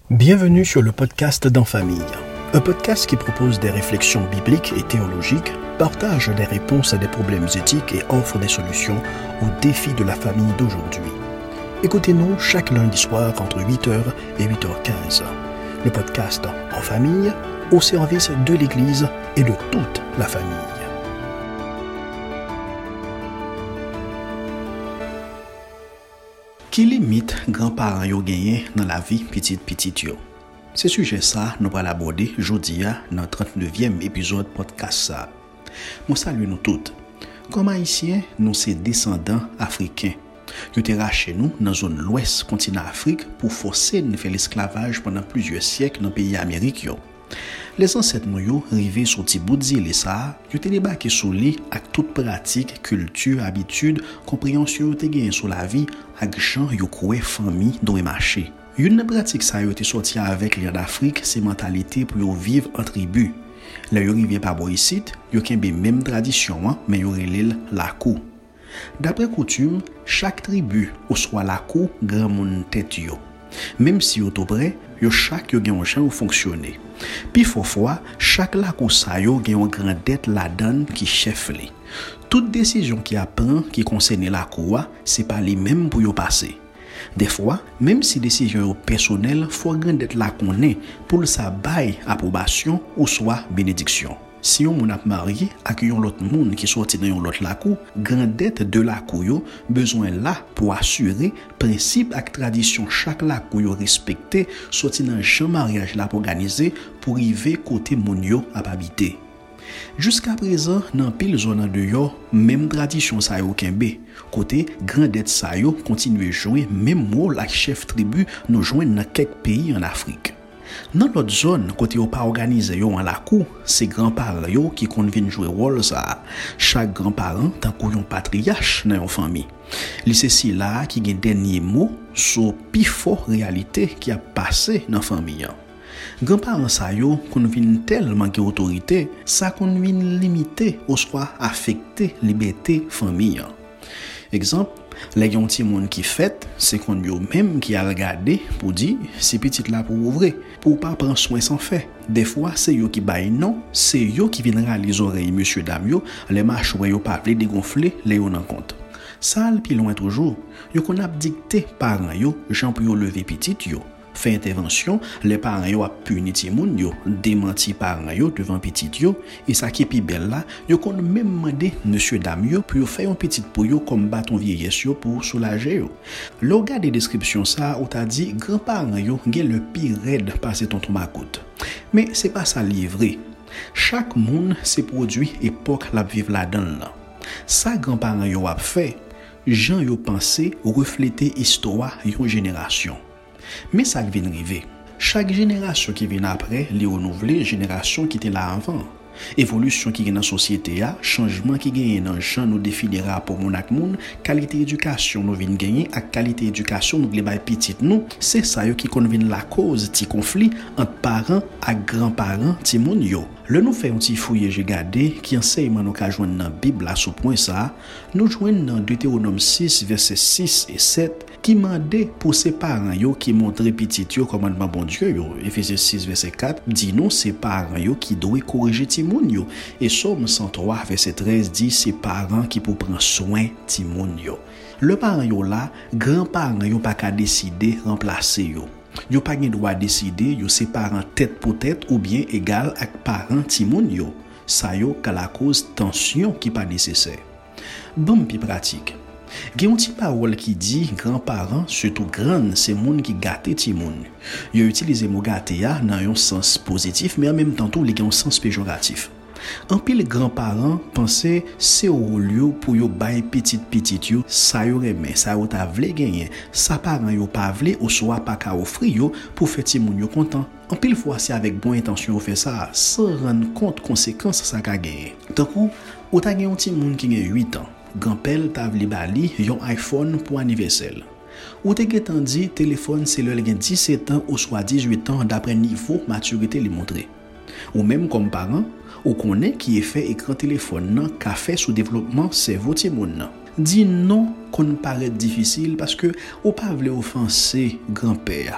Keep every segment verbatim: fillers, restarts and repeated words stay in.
Bienvenue sur le podcast d'En Famille, un podcast qui propose des réflexions bibliques et théologiques, partage des réponses à des problèmes éthiques et offre des solutions aux défis de la famille d'aujourd'hui. Écoutez-nous chaque lundi soir entre huit heures et huit heures quinze. Le podcast En Famille, au service de l'Église et de toute la famille. Qui limite grands-parents yo gagné dans la vie petite petite yo? C'est sujet ça nous va l'aborder aujourd'hui dans le trente-neuvième épisode podcast ça. Moi salue nous toutes. Comme haïtiens, nous c'est descendants africains. Yo te raché nous dans zone l'ouest continent Afrique pour forcer nous faire l'esclavage pendant plusieurs siècles dans pays Amérique yo. Les ancêtres nous yo rivé sur ti bout d'île ça, yo te débarqué sous li avec toute pratique, culture, habitude, compréhension yo te gagné sur la vie ak jan yo koué famille doit marcher. Une pratique ça yo te sorti avec les d'Afrique, c'est mentalité pour yo vivre en tribu. Là yo rivé pas boy ici, yo kembe même tradition mais yo relèl la kou. D'après coutume, chaque tribu ou soit la kou grand moun tête yo. Même si yo to près, yo chaque yo gen un jan ou fonctionner. Puis fois chaque la kou sa yo gen un grand dette la donne qui chef li. Toute décision qui apprend qui concerne la kou, c'est pas les mêmes pour yo passer. Des fois, même si décision yo personnelle, faut grand dette la connaît pour sa bail approbation ou soit bénédiction. Si yon moun ap marié ak yon l'autre moun qui sorti dans yon l'autre la kou, grand dette de la kou yo besoin là pour assurer principe ak tradition chaque la kou yo respecté sorti dans jan mariage la pour organiser pour river côté moun yo ap habiter. Jusqu'à présent, dans pile zone de yo, même tradition sa yo kembe. Côté grand dette sa yo continue jouer même rôle ak chef tribu nous joindre dans quelques pays en Afrique. Dans l'autre zone, côté yo pas organisé yo en la kou, c'est grands-parents yo qui conviennent jouer rôle ça. Chaque grand-parent tant kou yon patriarche dans yon famille. Li c'est si là qui gen dernier mot sur pi fort réalité qui a passé dans famille. Grands-parents sa yo conviennent tellement que autorité, ça convient limiter ou soit affecter liberté famille. Exemple, les yon ti moun qui fait, c'est qu'on yo même qui a regardé pour dire si petite là pour ouvrir, pour pas prendre soin sans fait. Des fois, c'est yo qui baille non, c'est yo qui viendra les oreilles monsieur dame yo, les marches yo pas vle dégonfler, les yo nan compte. Ça le pi loin toujours, yo qu'on a dicté parents yo, jan pour yo lever petite yo. Fait intervention, les parents yo a puni ti moun yo, démenti parents yo devant petit yo, et ça qui pi belle là, yo kon même mandé monsieur dame yo pour yo faire un petit pour yo comme bâton vieillesse yo pour soulager yo. Le regard des descriptions ça, ou t'a dit grand-parents yo gen le pire raide passer tonton macoute. Mais c'est pas ça livré. Chaque monde c'est produit époque la vivre là-dedans là. Ça grand-parents yo a fait, gens yo pensé refléter histoire yon génération. Mais ça vient arriver. Chaque génération qui vient après, les renouveler génération qui était là avant. Évolution qui est dans la société, changement qui gagne dans le champ nous définira pour mon ak moun, qualité éducation nous vient gagner à qualité éducation nous glebay petite nous, c'est ça yo qui convient la cause ti conflit entre parents et grands-parents ti moun yo. Le nous fait un petit fouiller j'ai gardé qui enseignement nous ka joindre dans Bible là sous point ça, nous joindre dans Deutéronome six verset six et sept qui mandait pour ses parents yo qui montrer petit yo commandement bon Dieu yo. Ephésiens six verset quatre dit nous ses parents yo qui doit corriger ti moun yo et Somme cent trois verset treize dit ses parents qui pour prendre soin ti moun yo. Le parent yo là, grand-parents yo pas ka décider remplacer yo. Yo pas gen droit décider yo ses parents tête pour tête ou bien égal ak parents ti moun yo. Ça yo ka la cause tension qui pas nécessaire. Bon pi pratique. Gen yon ti parole qui dit grands-parents surtout grand c'est moun qui gâte ti moun. Yo utilise mot gâte ya dans un sens positif mais en même temps tout li gen un sens péjoratif. En pile grands-parents penser c'est au lieu pour yo bay petite petite yo ça yo remen ça yo ta vle gagner ça parents yo pas vle ou soit pas ka offrir yo pour faire ti moun yo content. En pile fois c'est avec bonne intention on fait ça sans rendre compte conséquences ça ka gagner. Tant coup ou ta gen yon ti moun qui gen huit ans grand-père t'a vle bali yon iPhone pour anniversaire. Ou te getan dit téléphone c'est le gen dix-sept ans ou soit dix-huit ans d'après niveau maturité li montré. Ou même comme parent, ou connaît qui est fait écran téléphone nan ka fait sous développement cerveau ti moun nan. Dit non qu'on paraît difficile parce que ou pas vle offenser grand-père.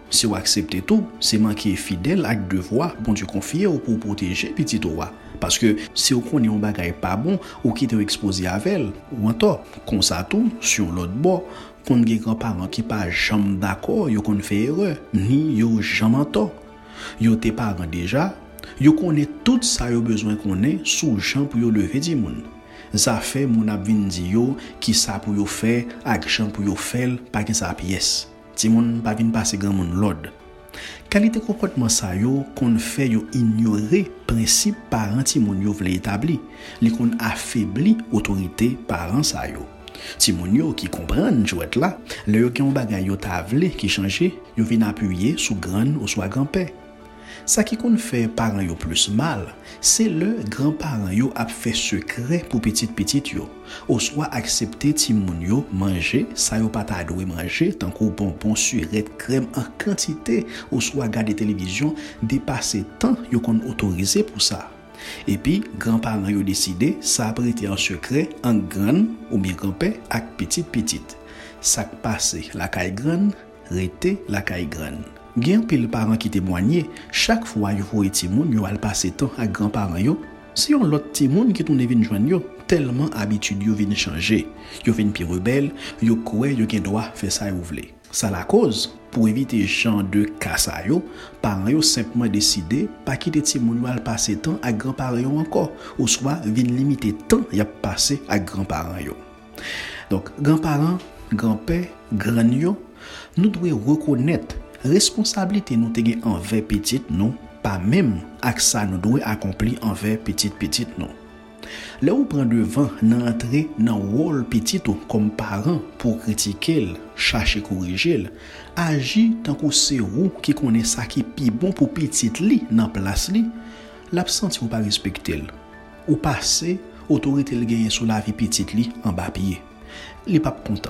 Si vous acceptez tout, c'est manquer fidèle avec devoir, bon Dieu confié ou pour protéger petit toi. Parce que si vous connaissez un bagage pas bon, ou qui te exposé avec elle, ou en tort, comme ça tout, sur l'autre bord, qu'on des grands-parents qui pas jamais d'accord, yo qu'on fait erreur, ni yo jamais tort. Yo tes parents déjà, yo connaît tout ça yo besoin qu'on ait sous gens pour yo lever di moun. Ça fait moun ap vinn di yo qui ça pour yo faire, ak gens pour yo faire, pas gen sa pièce. Ti moun pa vinn passer grand moun l'ordre. Qualité comportement ça yo qu'on fait yo ignorer principe parent ti moun yo vle établi, li qu'on affaibli autorité parent ça yo. Ti moun yo qui comprennent jouet là, le yo gen bagay yo ta vle qui changer, yo vinn appuyer sous grand ou soit grand-père. Ça qui qu'on fait parents yo plus mal, c'est le grand-parent yo a fait secret pour petite petite yo, ou soit accepter ti moun yo manger ça yo pas ta doué manger tant qu'on bonbon surette crème en quantité, ou soit garder télévision dépasser temps yo qu'on autorisé pour ça. Et puis grand-parent yo décidé ça prêter en secret en grand ou bien grand-père ak petite petite. Ça passé la caille grande, rete la caille grande. Gen pile parents qui témoignaient, chaque fois yo voye ti moun yo al passer temps avec grand-parents yo, si on l'autre ti moun qui tourne vinn joindre yo, tellement habitude yo vinn changer, yo vinn pi rebelle, yo croit yo gen droit faire ça yo vle. Ça la cause pour éviter genre de cas ça yo, parents yo simplement décidé pas quitter ti moun yo al passer temps avec grand-parents yo encore, ou soit vinn limiter temps y a passer avec grand-parents yo. Donc grand-parents, grand-père, grand yo, nous devons reconnaître responsabilité nous te gen envers petite non, pas même ak ça nous doit accomplir envers petite petite non. Là où prend devant nan entrer dans rôle petit comme parent pour critiquer, chercher corriger, agir tant que c'est ou qui connaît ça qui pi bon pour petite li dans place li, l'absence ou pas respecter ou passer autorité le gagner sur la vie petite li en bas pied. Li pas content.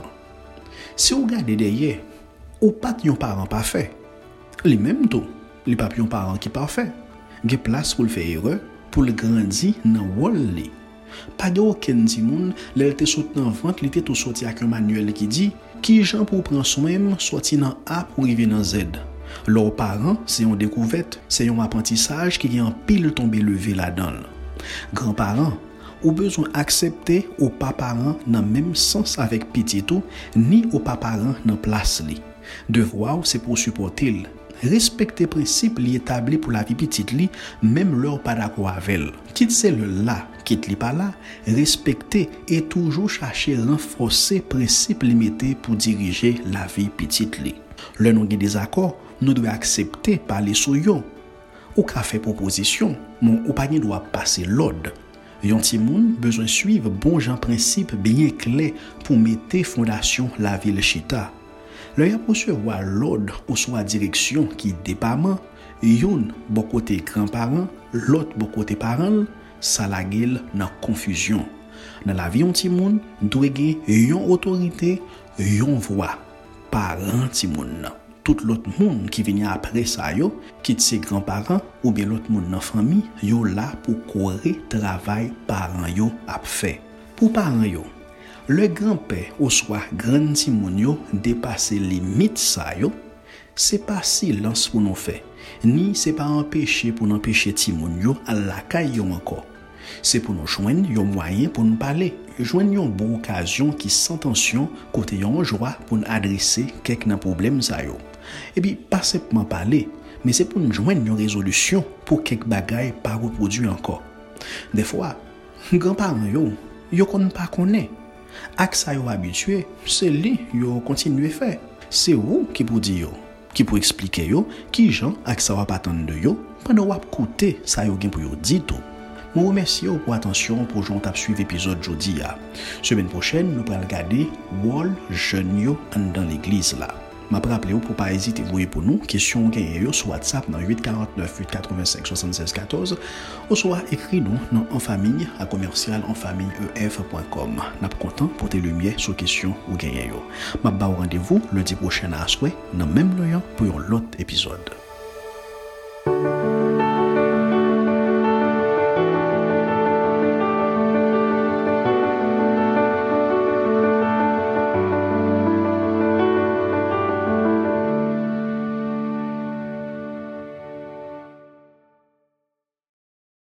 Si vous regardez derrière ou pas yon parent parfait. Les mêmes tout, les pas yon parent qui parfait. Gen place pour le faire erreur, pour le grandir dans rôle li. Pas de aucun ti moun, l'elle te saute dans ventre, li te tout sorti avec un manuel qui dit qui gens pour prendre soin sorti dans A pour arriver dans Z. Leurs parents, c'est une découverte, c'est un apprentissage qui en pile tomber levé là-dedans. Grands-parents ou besoin accepter ou pas parents dans même sens avec petit tout ni ou pas parents dans place li. Devoir c'est pour supporter, respecter principe li établi pour la vie petite li, même leur pas d'accord avec elle. Quitte c'est le là, quitte li pas là, respecter et toujours chercher renforcer principe limité pour diriger la vie petite li. Le non gen désaccord, nous devons accepter parler sur yo. Ou ka fait proposition, mon ou pas doit passer l'ordre. Yon ti moun besoin suivre bon jan principe bien clair pour mettre fondation la ville chita. Le y a recevoir l'ordre ou soit direction qui département, yon bon côté grand-parent, l'autre bon côté parent, ça la gueule dans confusion. Dans la vie yon ti moun, doit gen yon autorité, yon voix, parent ti moun. Tout l'autre monde qui vient après ça yo, quitte ses grands-parents ou bien l'autre monde dans famille, yo là pour courir travail parents yo a fait. Pour parents yo, le grand-père ou soit grand ti moun yo dépasser limite ça yo, c'est pas silence pour nous faire, ni c'est pas empêcher pour empêcher ti moun yo à la caille encore. C'est pour nous joindre un moyen pour nous parler, joindre une bonne occasion qui sans tension côté yon joie pour nous adresser quelques problèmes ça yo. Et puis pas simplement parler, mais c'est pour nous joindre une résolution pour quelques bagailles pas reproduire encore. Des fois, grands-parents yo, yo connaissent pas connaît. Ak ça yo habitué, c'est lui yo continuer faire. C'est vous qui pour dire yo, qui pour expliquer yo qui gens ak ça va pas attendre de yo pendant ou écouter ça yo gen pour yo dire tout. Je vous remercie pour attention pour joindre t'a suivre épisode jodi a. Semaine prochaine, nous allons regarder Wall jeune yo dans l'église là. Je vous rappelle pour pas hésiter à voyer pour nous question gagnée sur WhatsApp dans huit quarante-neuf huit quatre-vingt-cinq soixante-seize quatorze ou soit écrit nous dans en famille à commercial en famille e f point com. N'a pas content pour tes lumières sur question ou gagnée yo. M'a ba rendez-vous lundi prochain à soir dans même lieu pour un autre épisode.